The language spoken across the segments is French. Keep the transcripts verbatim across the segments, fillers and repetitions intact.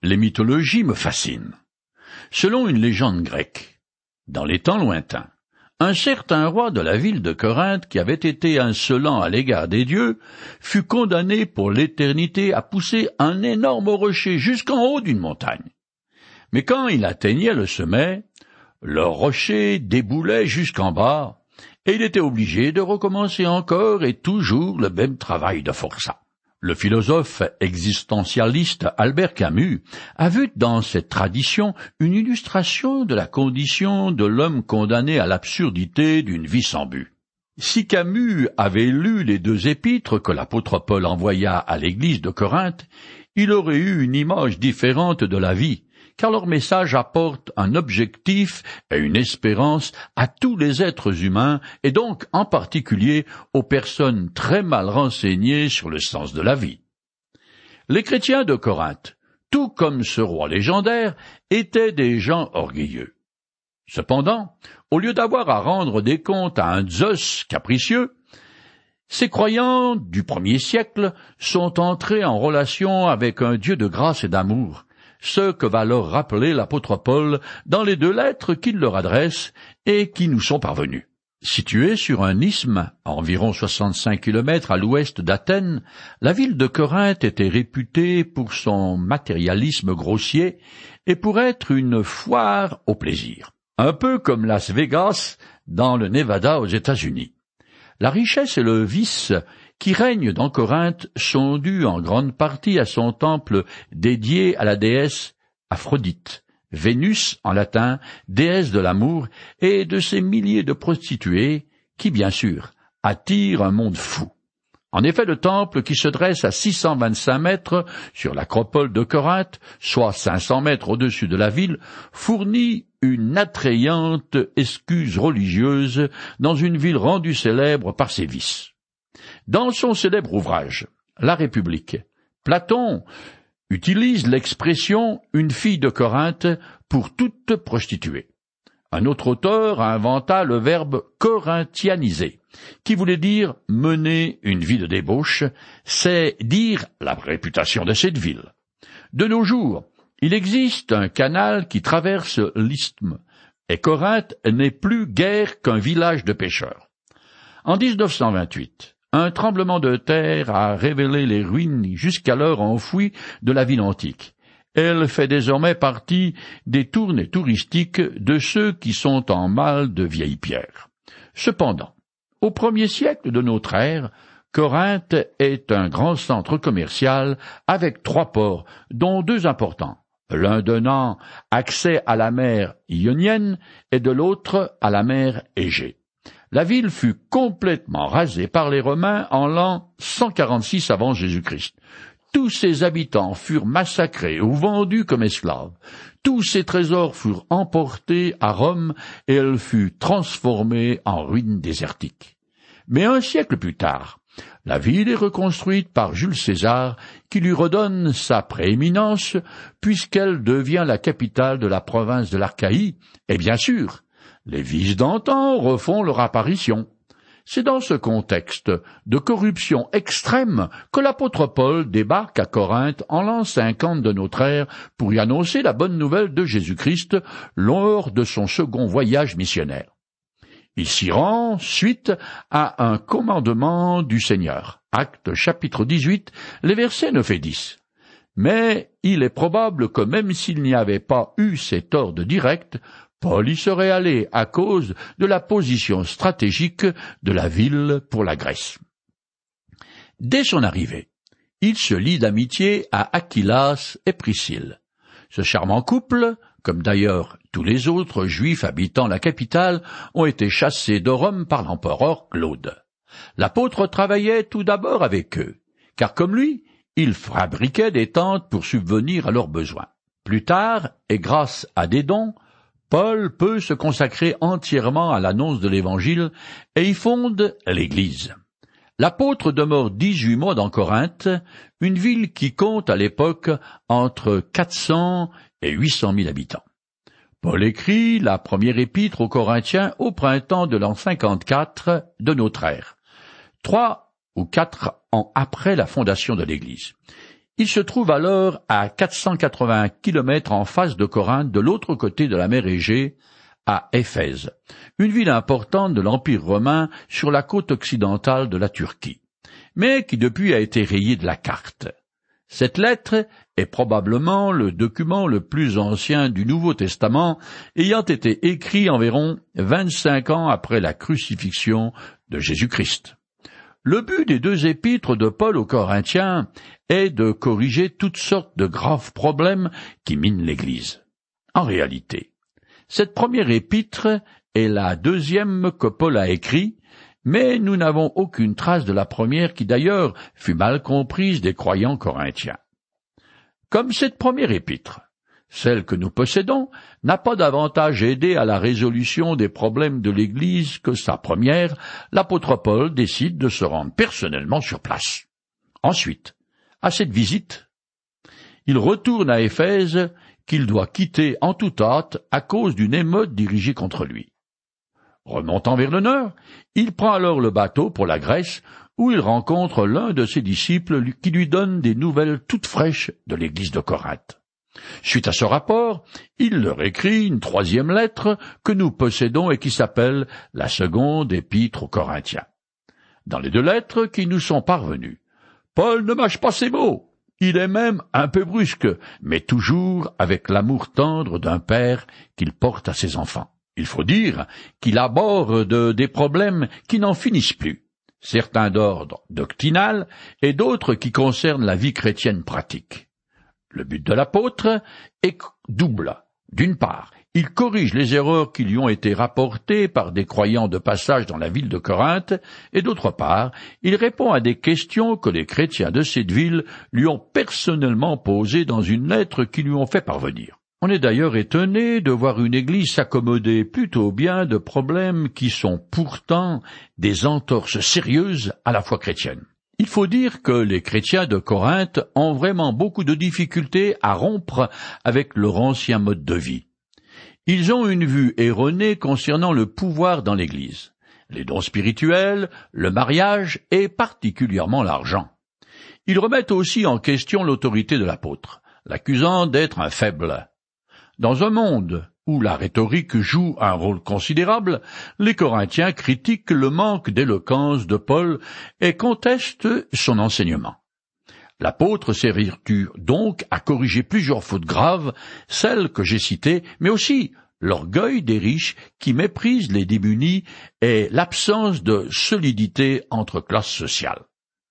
Les mythologies me fascinent. Selon une légende grecque, dans les temps lointains, un certain roi de la ville de Corinthe, qui avait été insolent à l'égard des dieux, fut condamné pour l'éternité à pousser un énorme rocher jusqu'en haut d'une montagne. Mais quand il atteignait le sommet, le rocher déboulait jusqu'en bas, et il était obligé de recommencer encore et toujours le même travail de forçat. Le philosophe existentialiste Albert Camus a vu dans cette tradition une illustration de la condition de l'homme condamné à l'absurdité d'une vie sans but. Si Camus avait lu les deux épîtres que l'apôtre Paul envoya à l'église de Corinthe, il aurait eu une image différente de la vie, car leur message apporte un objectif et une espérance à tous les êtres humains, et donc en particulier aux personnes très mal renseignées sur le sens de la vie. Les chrétiens de Corinthe, tout comme ce roi légendaire, étaient des gens orgueilleux. Cependant, au lieu d'avoir à rendre des comptes à un Zeus capricieux, ces croyants du premier siècle sont entrés en relation avec un Dieu de grâce et d'amour, ce que va leur rappeler l'apôtre Paul dans les deux lettres qu'il leur adresse et qui nous sont parvenues. Située sur un isthme, à environ soixante-cinq kilomètres à l'ouest d'Athènes, la ville de Corinthe était réputée pour son matérialisme grossier et pour être une foire au plaisir, un peu comme Las Vegas dans le Nevada aux États-Unis. La richesse et le vice qui règnent dans Corinthe sont dus en grande partie à son temple dédié à la déesse Aphrodite, Vénus en latin, déesse de l'amour, et de ses milliers de prostituées qui, bien sûr, attirent un monde fou. En effet, le temple, qui se dresse à six cent vingt-cinq mètres sur l'acropole de Corinthe, soit cinq cents mètres au-dessus de la ville, fournit une attrayante excuse religieuse dans une ville rendue célèbre par ses vices. Dans son célèbre ouvrage, La République, Platon utilise l'expression « une fille de Corinthe » pour toute prostituée. Un autre auteur inventa le verbe « corinthianiser », qui voulait dire « mener une vie de débauche », c'est dire la réputation de cette ville. De nos jours, il existe un canal qui traverse l'isthme, et Corinthe n'est plus guère qu'un village de pêcheurs. En dix-neuf cent vingt-huit, un tremblement de terre a révélé les ruines jusqu'alors enfouies de la ville antique. Elle fait désormais partie des tournées touristiques de ceux qui sont en mal de vieilles pierres. Cependant, au premier siècle de notre ère, Corinthe est un grand centre commercial avec trois ports, dont deux importants, l'un donnant accès à la mer Ionienne et de l'autre à la mer Égée. La ville fut complètement rasée par les Romains en l'an cent quarante-six avant Jésus-Christ. Tous ses habitants furent massacrés ou vendus comme esclaves. Tous ses trésors furent emportés à Rome et elle fut transformée en ruine désertique. Mais un siècle plus tard, la ville est reconstruite par Jules César, qui lui redonne sa prééminence puisqu'elle devient la capitale de la province de l'Achaïe, et bien sûr, les vices d'antan refont leur apparition. C'est dans ce contexte de corruption extrême que l'apôtre Paul débarque à Corinthe en l'an cinquante de notre ère pour y annoncer la bonne nouvelle de Jésus-Christ lors de son second voyage missionnaire. Il s'y rend suite à un commandement du Seigneur. Actes chapitre dix-huit, les versets neuf et dix. Mais il est probable que même s'il n'y avait pas eu cet ordre direct, Paul y serait allé à cause de la position stratégique de la ville pour la Grèce. Dès son arrivée, il se lie d'amitié à Aquilas et Priscille. Ce charmant couple, comme d'ailleurs tous les autres Juifs habitant la capitale, ont été chassés de Rome par l'empereur Claude. L'apôtre travaillait tout d'abord avec eux, car comme lui, il fabriquait des tentes pour subvenir à leurs besoins. Plus tard, et grâce à des dons, Paul peut se consacrer entièrement à l'annonce de l'Évangile et y fonde l'Église. L'apôtre demeure dix-huit mois dans Corinthe, une ville qui compte à l'époque entre quatre cents et huit cent mille habitants. Paul écrit la première épître aux Corinthiens au printemps de l'an cinquante-quatre de notre ère, trois ou quatre ans après la fondation de l'Église. Il se trouve alors à quatre cent quatre-vingts kilomètres en face de Corinthe, de l'autre côté de la mer Égée, à Éphèse, une ville importante de l'Empire romain sur la côte occidentale de la Turquie, mais qui depuis a été rayée de la carte. Cette lettre est probablement le document le plus ancien du Nouveau Testament, ayant été écrit environ vingt-cinq ans après la crucifixion de Jésus-Christ. Le but des deux épîtres de Paul aux Corinthiens est de corriger toutes sortes de graves problèmes qui minent l'Église. En réalité, cette première épître est la deuxième que Paul a écrite, mais nous n'avons aucune trace de la première qui d'ailleurs fut mal comprise des croyants corinthiens. Comme cette première épître, celle que nous possédons n'a pas davantage aidé à la résolution des problèmes de l'Église que sa première, l'apôtre Paul décide de se rendre personnellement sur place. Ensuite, à cette visite, il retourne à Éphèse qu'il doit quitter en toute hâte à cause d'une émeute dirigée contre lui. Remontant vers le nord, il prend alors le bateau pour la Grèce, où il rencontre l'un de ses disciples qui lui donne des nouvelles toutes fraîches de l'église de Corinthe. Suite à ce rapport, il leur écrit une troisième lettre que nous possédons et qui s'appelle la seconde épître aux Corinthiens. Dans les deux lettres qui nous sont parvenues, Paul ne mâche pas ses mots. Il est même un peu brusque, mais toujours avec l'amour tendre d'un père qu'il porte à ses enfants. Il faut dire qu'il aborde des problèmes qui n'en finissent plus, certains d'ordre doctrinal et d'autres qui concernent la vie chrétienne pratique. Le but de l'apôtre est double. D'une part, il corrige les erreurs qui lui ont été rapportées par des croyants de passage dans la ville de Corinthe, et d'autre part, il répond à des questions que les chrétiens de cette ville lui ont personnellement posées dans une lettre qu'ils lui ont fait parvenir. On est d'ailleurs étonné de voir une église s'accommoder plutôt bien de problèmes qui sont pourtant des entorses sérieuses à la foi chrétienne. Il faut dire que les chrétiens de Corinthe ont vraiment beaucoup de difficultés à rompre avec leur ancien mode de vie. Ils ont une vue erronée concernant le pouvoir dans l'Église, les dons spirituels, le mariage et particulièrement l'argent. Ils remettent aussi en question l'autorité de l'apôtre, l'accusant d'être un faible. Dans un monde où la rhétorique joue un rôle considérable, les Corinthiens critiquent le manque d'éloquence de Paul et contestent son enseignement. L'apôtre s'évertue donc à corriger plusieurs fautes graves, celles que j'ai citées, mais aussi l'orgueil des riches qui méprisent les démunis et l'absence de solidité entre classes sociales.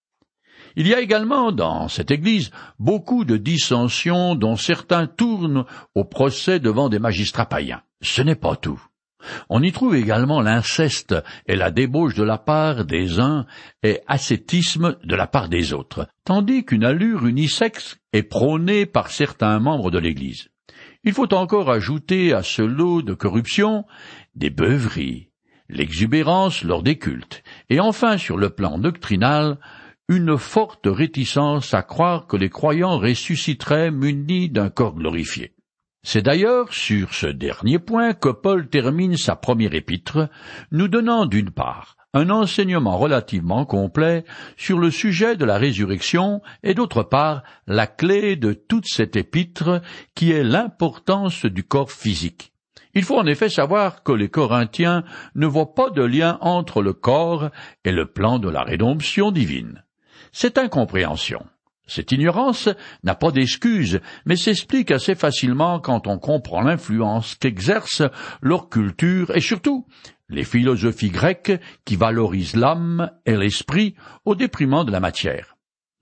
Il y a également dans cette Église beaucoup de dissensions dont certains tournent au procès devant des magistrats païens. Ce n'est pas tout. On y trouve également l'inceste et la débauche de la part des uns et ascétisme de la part des autres, tandis qu'une allure unisexe est prônée par certains membres de l'Église. Il faut encore ajouter à ce lot de corruption des beuveries, l'exubérance lors des cultes, et enfin sur le plan doctrinal, une forte réticence à croire que les croyants ressusciteraient munis d'un corps glorifié. C'est d'ailleurs sur ce dernier point que Paul termine sa première épître, nous donnant d'une part un enseignement relativement complet sur le sujet de la résurrection et d'autre part la clé de toute cette épître qui est l'importance du corps physique. Il faut en effet savoir que les Corinthiens ne voient pas de lien entre le corps et le plan de la rédemption divine. Cette incompréhension, cette ignorance n'a pas d'excuse, mais s'explique assez facilement quand on comprend l'influence qu'exerce leur culture et surtout les philosophies grecques qui valorisent l'âme et l'esprit au détriment de la matière.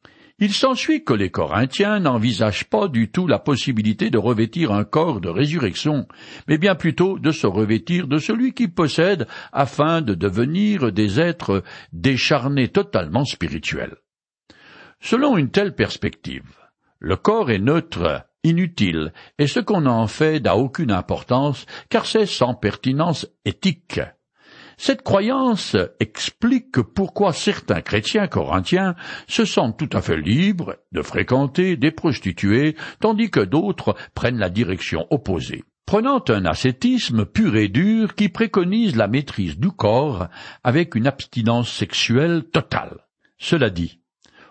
Il s'ensuit que les Corinthiens n'envisagent pas du tout la possibilité de revêtir un corps de résurrection, mais bien plutôt de se revêtir de celui qu'ils possèdent afin de devenir des êtres décharnés totalement spirituels. Selon une telle perspective, le corps est neutre, inutile, et ce qu'on en fait n'a aucune importance, car c'est sans pertinence éthique. Cette croyance explique pourquoi certains chrétiens corinthiens se sentent tout à fait libres de fréquenter des prostituées, tandis que d'autres prennent la direction opposée, prenant un ascétisme pur et dur qui préconise la maîtrise du corps avec une abstinence sexuelle totale. Cela dit,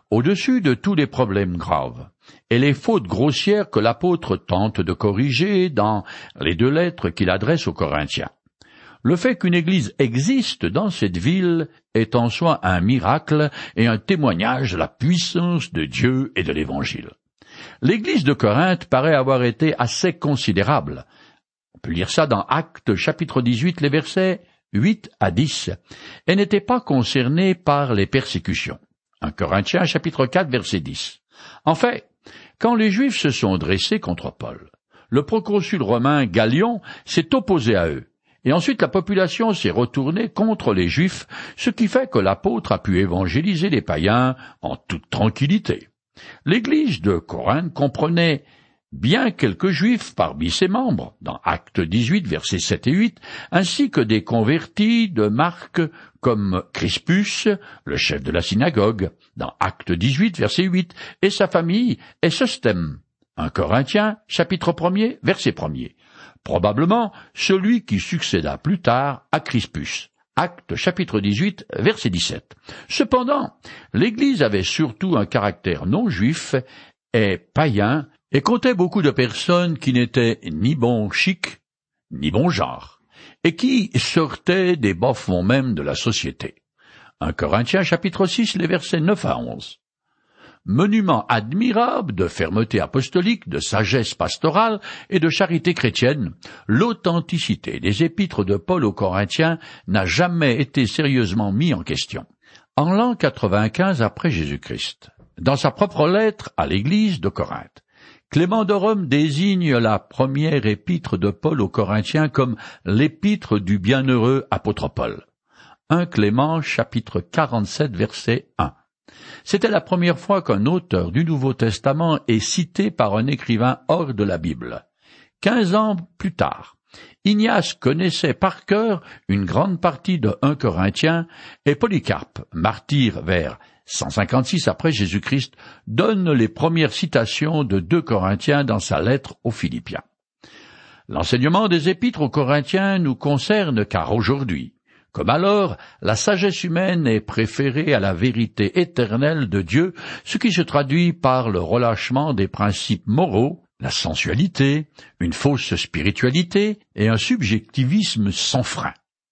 au-dessus de tous les problèmes graves et les fautes grossières que l'apôtre tente de corriger dans les deux lettres qu'il adresse aux Corinthiens. Le fait qu'une église existe dans cette ville est en soi un miracle et un témoignage de la puissance de Dieu et de l'Évangile. L'église de Corinthe paraît avoir été assez considérable. On peut lire ça dans Actes chapitre dix-huit, les versets huit à dix. Elle n'était pas concernée par les persécutions. un Corinthiens chapitre quatre, verset dix. En fait, quand les Juifs se sont dressés contre Paul, le proconsul romain Gallion s'est opposé à eux. Et ensuite la population s'est retournée contre les Juifs, ce qui fait que l'apôtre a pu évangéliser les païens en toute tranquillité. L'église de Corinthe comprenait bien quelques Juifs parmi ses membres, dans Actes dix-huit, versets sept et huit, ainsi que des convertis de marque comme Crispus, le chef de la synagogue, dans Actes dix-huit, verset huit, et sa famille et Sostème. un Corinthiens, chapitre premier, verset premier. Probablement celui qui succéda plus tard à Crispus. Actes chapitre dix-huit, verset dix-sept. Cependant, l'Église avait surtout un caractère non juif et païen et comptait beaucoup de personnes qui n'étaient ni bon chic, ni bon genre, et qui sortaient des bas-fonds même de la société. un Corinthiens chapitre six, les versets neuf à onze. Monument admirable de fermeté apostolique, de sagesse pastorale et de charité chrétienne, l'authenticité des épîtres de Paul aux Corinthiens n'a jamais été sérieusement mis en question. En l'an quatre-vingt-quinze après Jésus-Christ, dans sa propre lettre à l'église de Corinthe, Clément de Rome désigne la première épître de Paul aux Corinthiens comme l'épître du bienheureux apôtre Paul. un Clément chapitre quarante-sept verset un. C'était la première fois qu'un auteur du Nouveau Testament est cité par un écrivain hors de la Bible. Quinze ans plus tard, Ignace connaissait par cœur une grande partie de un Corinthiens et Polycarpe, martyr vers cent cinquante-six après Jésus-Christ, donne les premières citations de deux Corinthiens dans sa lettre aux Philippiens. L'enseignement des épîtres aux Corinthiens nous concerne car aujourd'hui, comme alors, la sagesse humaine est préférée à la vérité éternelle de Dieu, ce qui se traduit par le relâchement des principes moraux, la sensualité, une fausse spiritualité et un subjectivisme sans frein.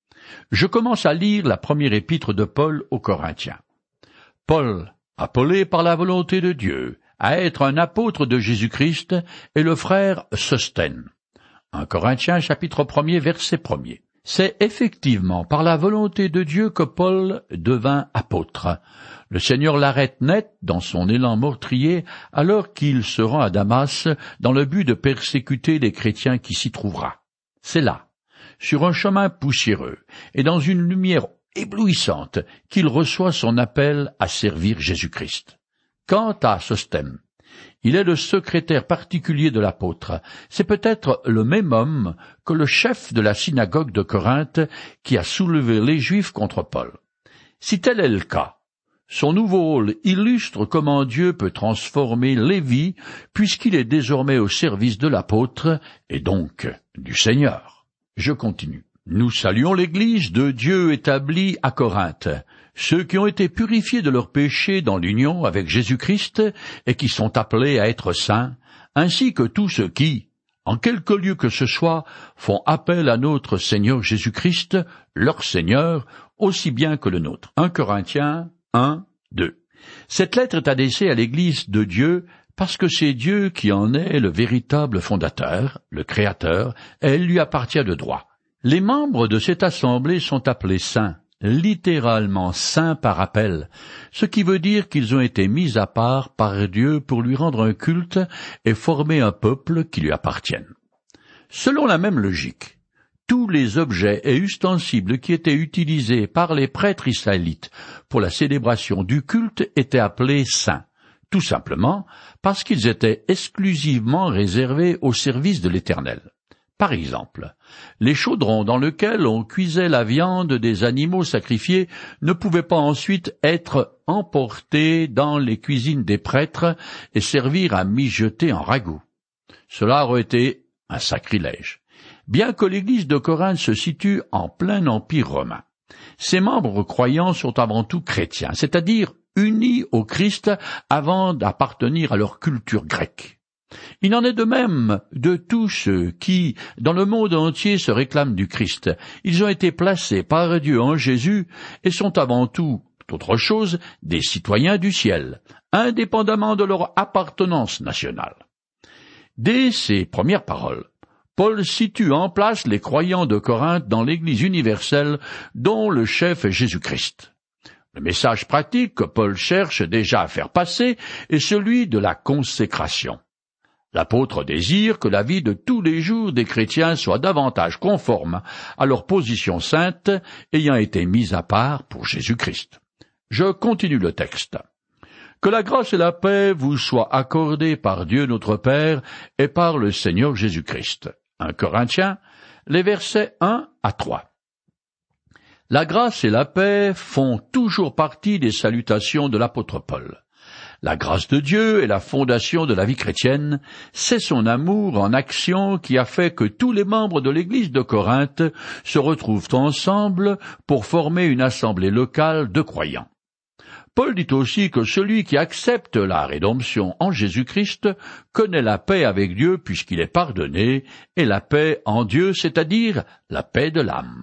Je commence à lire la première épître de Paul aux Corinthiens. Paul, appelé par la volonté de Dieu à être un apôtre de Jésus-Christ, et le frère Sostène. un Corinthiens chapitre premier, verset premier. C'est effectivement par la volonté de Dieu que Paul devint apôtre. Le Seigneur l'arrête net dans son élan meurtrier alors qu'il se rend à Damas dans le but de persécuter les chrétiens qui s'y trouvera. C'est là, sur un chemin poussiéreux et dans une lumière éblouissante, qu'il reçoit son appel à servir Jésus-Christ. Quant à Sostème, il est le secrétaire particulier de l'apôtre. C'est peut-être le même homme que le chef de la synagogue de Corinthe qui a soulevé les Juifs contre Paul. Si tel est le cas, son nouveau rôle illustre comment Dieu peut transformer les vies puisqu'il est désormais au service de l'apôtre et donc du Seigneur. Je continue. Nous saluons l'Église de Dieu établie à Corinthe, ceux qui ont été purifiés de leurs péchés dans l'union avec Jésus-Christ et qui sont appelés à être saints, ainsi que tous ceux qui, en quelque lieu que ce soit, font appel à notre Seigneur Jésus-Christ, leur Seigneur, aussi bien que le nôtre. un Corinthiens un, deux. Cette lettre est adressée à l'Église de Dieu parce que c'est Dieu qui en est le véritable fondateur, le Créateur, et elle lui appartient de droit. Les membres de cette assemblée sont appelés saints, littéralement saints par appel, ce qui veut dire qu'ils ont été mis à part par Dieu pour lui rendre un culte et former un peuple qui lui appartienne. Selon la même logique, tous les objets et ustensiles qui étaient utilisés par les prêtres israélites pour la célébration du culte étaient appelés saints, tout simplement parce qu'ils étaient exclusivement réservés au service de l'Éternel. Par exemple, les chaudrons dans lesquels on cuisait la viande des animaux sacrifiés ne pouvaient pas ensuite être emportés dans les cuisines des prêtres et servir à mijoter en ragoût. Cela aurait été un sacrilège. Bien que l'église de Corinthe se situe en plein empire romain, ses membres croyants sont avant tout chrétiens, c'est-à-dire unis au Christ avant d'appartenir à leur culture grecque. Il en est de même de tous ceux qui, dans le monde entier, se réclament du Christ. Ils ont été placés par Dieu en Jésus et sont avant tout, autre chose, des citoyens du ciel, indépendamment de leur appartenance nationale. Dès ses premières paroles, Paul situe en place les croyants de Corinthe dans l'Église universelle dont le chef est Jésus-Christ. Le message pratique que Paul cherche déjà à faire passer est celui de la consécration. L'apôtre désire que la vie de tous les jours des chrétiens soit davantage conforme à leur position sainte ayant été mise à part pour Jésus-Christ. Je continue le texte. Que la grâce et la paix vous soient accordées par Dieu notre Père et par le Seigneur Jésus-Christ. un Corinthiens, les versets un à trois. La grâce et la paix font toujours partie des salutations de l'apôtre Paul. La grâce de Dieu est la fondation de la vie chrétienne, c'est son amour en action qui a fait que tous les membres de l'Église de Corinthe se retrouvent ensemble pour former une assemblée locale de croyants. Paul dit aussi que celui qui accepte la rédemption en Jésus-Christ connaît la paix avec Dieu puisqu'il est pardonné, et la paix en Dieu, c'est-à-dire la paix de l'âme.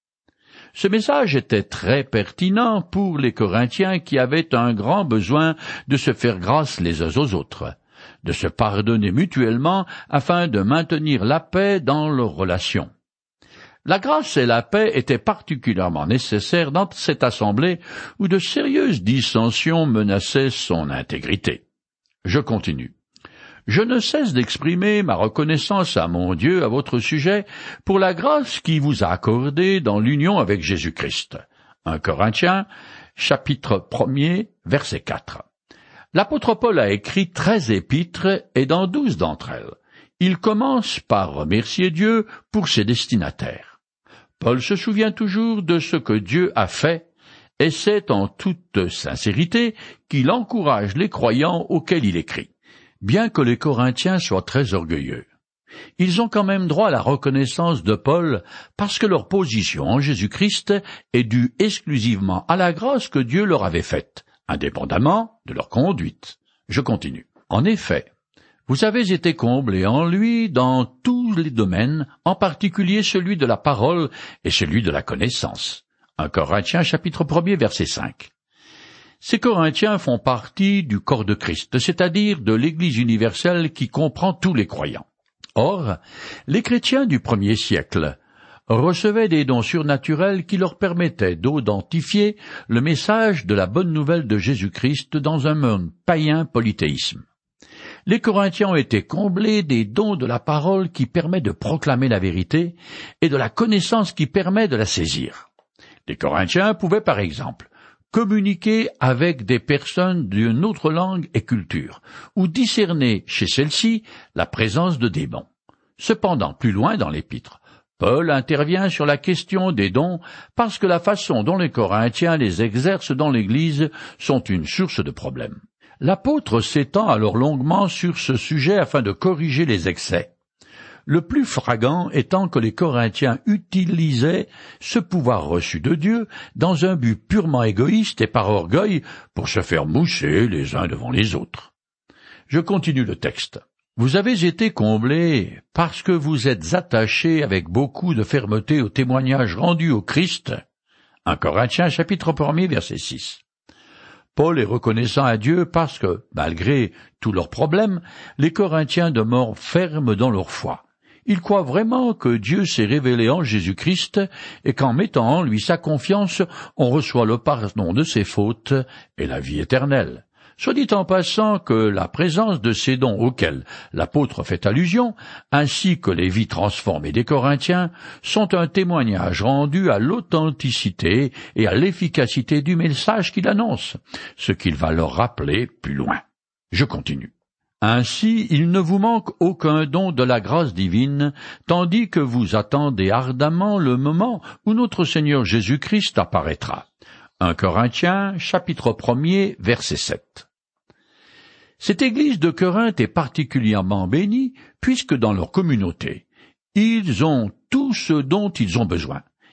Ce message était très pertinent pour les Corinthiens qui avaient un grand besoin de se faire grâce les uns aux autres, de se pardonner mutuellement afin de maintenir la paix dans leurs relations. La grâce et la paix étaient particulièrement nécessaires dans cette assemblée où de sérieuses dissensions menaçaient son intégrité. Je continue. Je ne cesse d'exprimer ma reconnaissance à mon Dieu à votre sujet pour la grâce qui vous a accordée dans l'union avec Jésus-Christ. un Corinthiens, chapitre premier, verset quatre. L'apôtre Paul a écrit treize épîtres et dans douze d'entre elles, il commence par remercier Dieu pour ses destinataires. Paul se souvient toujours de ce que Dieu a fait, et c'est en toute sincérité qu'il encourage les croyants auxquels il écrit, bien que les Corinthiens soient très orgueilleux. Ils ont quand même droit à la reconnaissance de Paul parce que leur position en Jésus-Christ est due exclusivement à la grâce que Dieu leur avait faite, indépendamment de leur conduite. Je continue. En effet, vous avez été comblés en lui dans tous les domaines, en particulier celui de la parole et celui de la connaissance. un Corinthiens chapitre premier verset cinq. Ces Corinthiens font partie du corps de Christ, c'est-à-dire de l'Église universelle qui comprend tous les croyants. Or, les chrétiens du premier siècle recevaient des dons surnaturels qui leur permettaient d'identifier le message de la bonne nouvelle de Jésus-Christ dans un monde païen polythéisme. Les Corinthiens ont été comblés des dons de la parole qui permet de proclamer la vérité et de la connaissance qui permet de la saisir. Les Corinthiens pouvaient par exemple communiquer avec des personnes d'une autre langue et culture, ou discerner chez celles-ci la présence de démons. Cependant, plus loin dans l'épître, Paul intervient sur la question des dons parce que la façon dont les Corinthiens les exercent dans l'Église sont une source de problèmes. L'apôtre s'étend alors longuement sur ce sujet afin de corriger les excès. Le plus flagrant étant que les Corinthiens utilisaient ce pouvoir reçu de Dieu dans un but purement égoïste et par orgueil pour se faire mousser les uns devant les autres. Je continue le texte. Vous avez été comblés parce que vous êtes attachés avec beaucoup de fermeté au témoignage rendu au Christ. un Corinthiens chapitre premier verset six. Paul est reconnaissant à Dieu parce que, malgré tous leurs problèmes, les Corinthiens demeurent fermes dans leur foi. Ils croient vraiment que Dieu s'est révélé en Jésus-Christ et qu'en mettant en lui sa confiance, on reçoit le pardon de ses fautes et la vie éternelle. Soit dit en passant que la présence de ces dons auxquels l'apôtre fait allusion, ainsi que les vies transformées des Corinthiens, sont un témoignage rendu à l'authenticité et à l'efficacité du message qu'il annonce, ce qu'il va leur rappeler plus loin. Je continue. Ainsi, il ne vous manque aucun don de la grâce divine, tandis que vous attendez ardemment le moment où notre Seigneur Jésus-Christ apparaîtra. un Corinthiens, chapitre premier, verset sept. Cette église de Corinthe est particulièrement bénie, puisque dans leur communauté, ils ont tout ce dont ils ont besoin.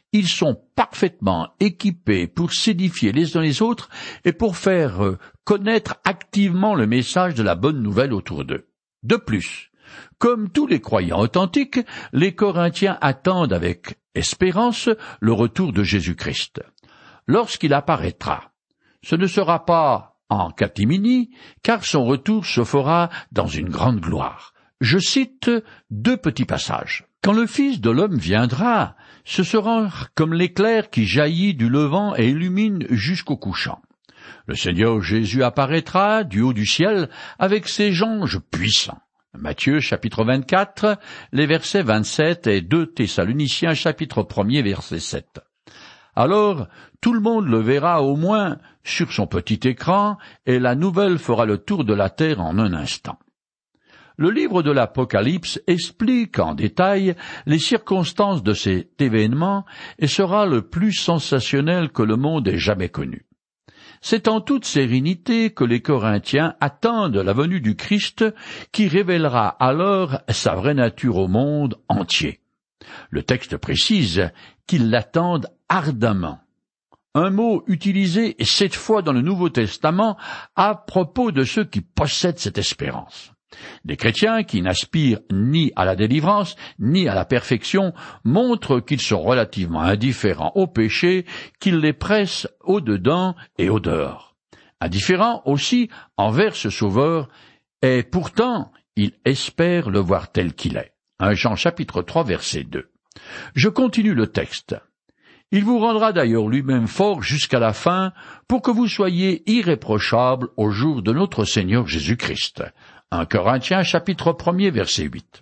ils sont parfaitement équipés pour s'édifier les uns les autres et pour faire connaître activement le message de la bonne nouvelle autour d'eux. De plus, comme tous les croyants authentiques, les Corinthiens attendent avec espérance le retour de Jésus-Christ. Lorsqu'il apparaîtra, ce ne sera pas en catimini, car son retour se fera dans une grande gloire. Je cite deux petits passages. Quand le Fils de l'homme viendra, ce sera comme l'éclair qui jaillit du levant et illumine jusqu'au couchant. Le Seigneur Jésus apparaîtra du haut du ciel avec ses anges puissants. Matthieu chapitre vingt-quatre, les versets vingt-sept et deux Thessaloniciens chapitre premier verset sept. Alors, tout le monde le verra au moins sur son petit écran, et la nouvelle fera le tour de la terre en un instant. Le livre de l'Apocalypse explique en détail les circonstances de cet événement et sera le plus sensationnel que le monde ait jamais connu. C'est en toute sérénité que les Corinthiens attendent la venue du Christ qui révélera alors sa vraie nature au monde entier. Le texte précise qu'ils l'attendent ardemment. Un mot utilisé sept fois dans le Nouveau Testament à propos de ceux qui possèdent cette espérance. Des chrétiens qui n'aspirent ni à la délivrance, ni à la perfection, montrent qu'ils sont relativement indifférents au péché, qu'ils les pressent au-dedans et au-dehors. Indifférents aussi envers ce Sauveur, et pourtant, ils espèrent le voir tel qu'il est. un Jean chapitre trois verset deux. Je continue le texte. Il vous rendra d'ailleurs lui-même fort jusqu'à la fin, pour que vous soyez irréprochables au jour de notre Seigneur Jésus-Christ. un Corinthiens chapitre premier verset huit.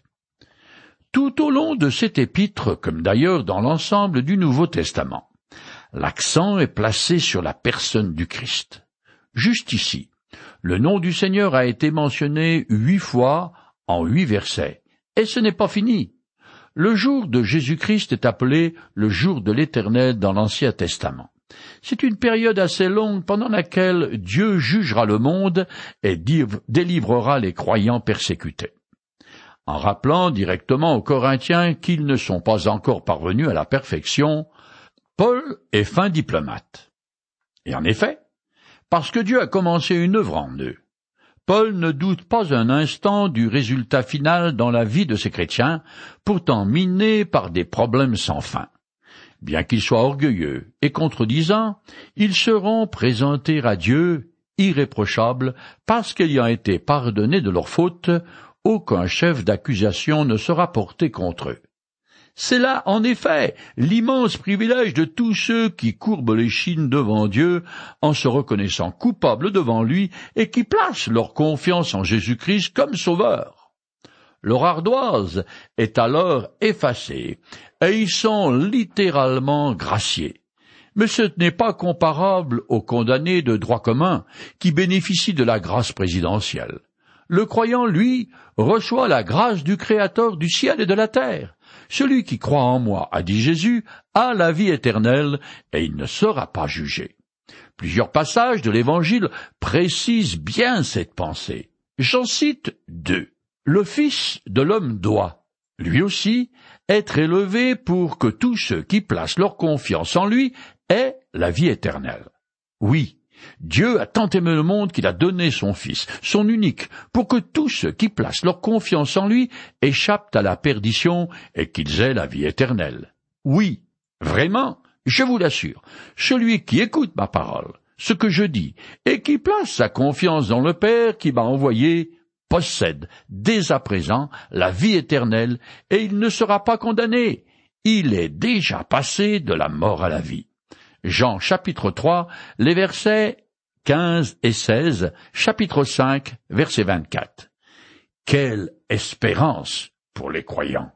Tout au long de cet épître, comme d'ailleurs dans l'ensemble du Nouveau Testament, l'accent est placé sur la personne du Christ. Juste ici, le nom du Seigneur a été mentionné huit fois en huit versets, et ce n'est pas fini. Le jour de Jésus-Christ est appelé le jour de l'Éternel dans l'Ancien Testament. C'est une période assez longue pendant laquelle Dieu jugera le monde et délivrera les croyants persécutés. En rappelant directement aux Corinthiens qu'ils ne sont pas encore parvenus à la perfection, Paul est fin diplomate. Et en effet, parce que Dieu a commencé une œuvre en eux, Paul ne doute pas un instant du résultat final dans la vie de ces chrétiens, pourtant minés par des problèmes sans fin. Bien qu'ils soient orgueilleux et contredisants, ils seront présentés à Dieu irréprochables parce qu'ayant été pardonnés de leurs fautes, aucun chef d'accusation ne sera porté contre eux. C'est là, en effet, l'immense privilège de tous ceux qui courbent l'échine devant Dieu en se reconnaissant coupables devant lui et qui placent leur confiance en Jésus-Christ comme sauveur. Leur ardoise est alors effacée et ils sont littéralement graciés. Mais ce n'est pas comparable aux condamnés de droit commun qui bénéficient de la grâce présidentielle. Le croyant, lui, reçoit la grâce du Créateur du ciel et de la terre. Celui qui croit en moi, a dit Jésus, a la vie éternelle, et il ne sera pas jugé. Plusieurs passages de l'Évangile précisent bien cette pensée. J'en cite deux. Le Fils de l'homme doit, lui aussi, être élevé pour que tous ceux qui placent leur confiance en lui aient la vie éternelle. Oui, Dieu a tant aimé le monde qu'il a donné son Fils, son unique, pour que tous ceux qui placent leur confiance en lui échappent à la perdition et qu'ils aient la vie éternelle. Oui, vraiment, je vous l'assure, celui qui écoute ma parole, ce que je dis, et qui place sa confiance dans le Père qui m'a envoyé, possède dès à présent la vie éternelle, et il ne sera pas condamné. Il est déjà passé de la mort à la vie. Jean chapitre trois, les versets quinze et seize, chapitre cinq, verset vingt-quatre. Quelle espérance pour les croyants!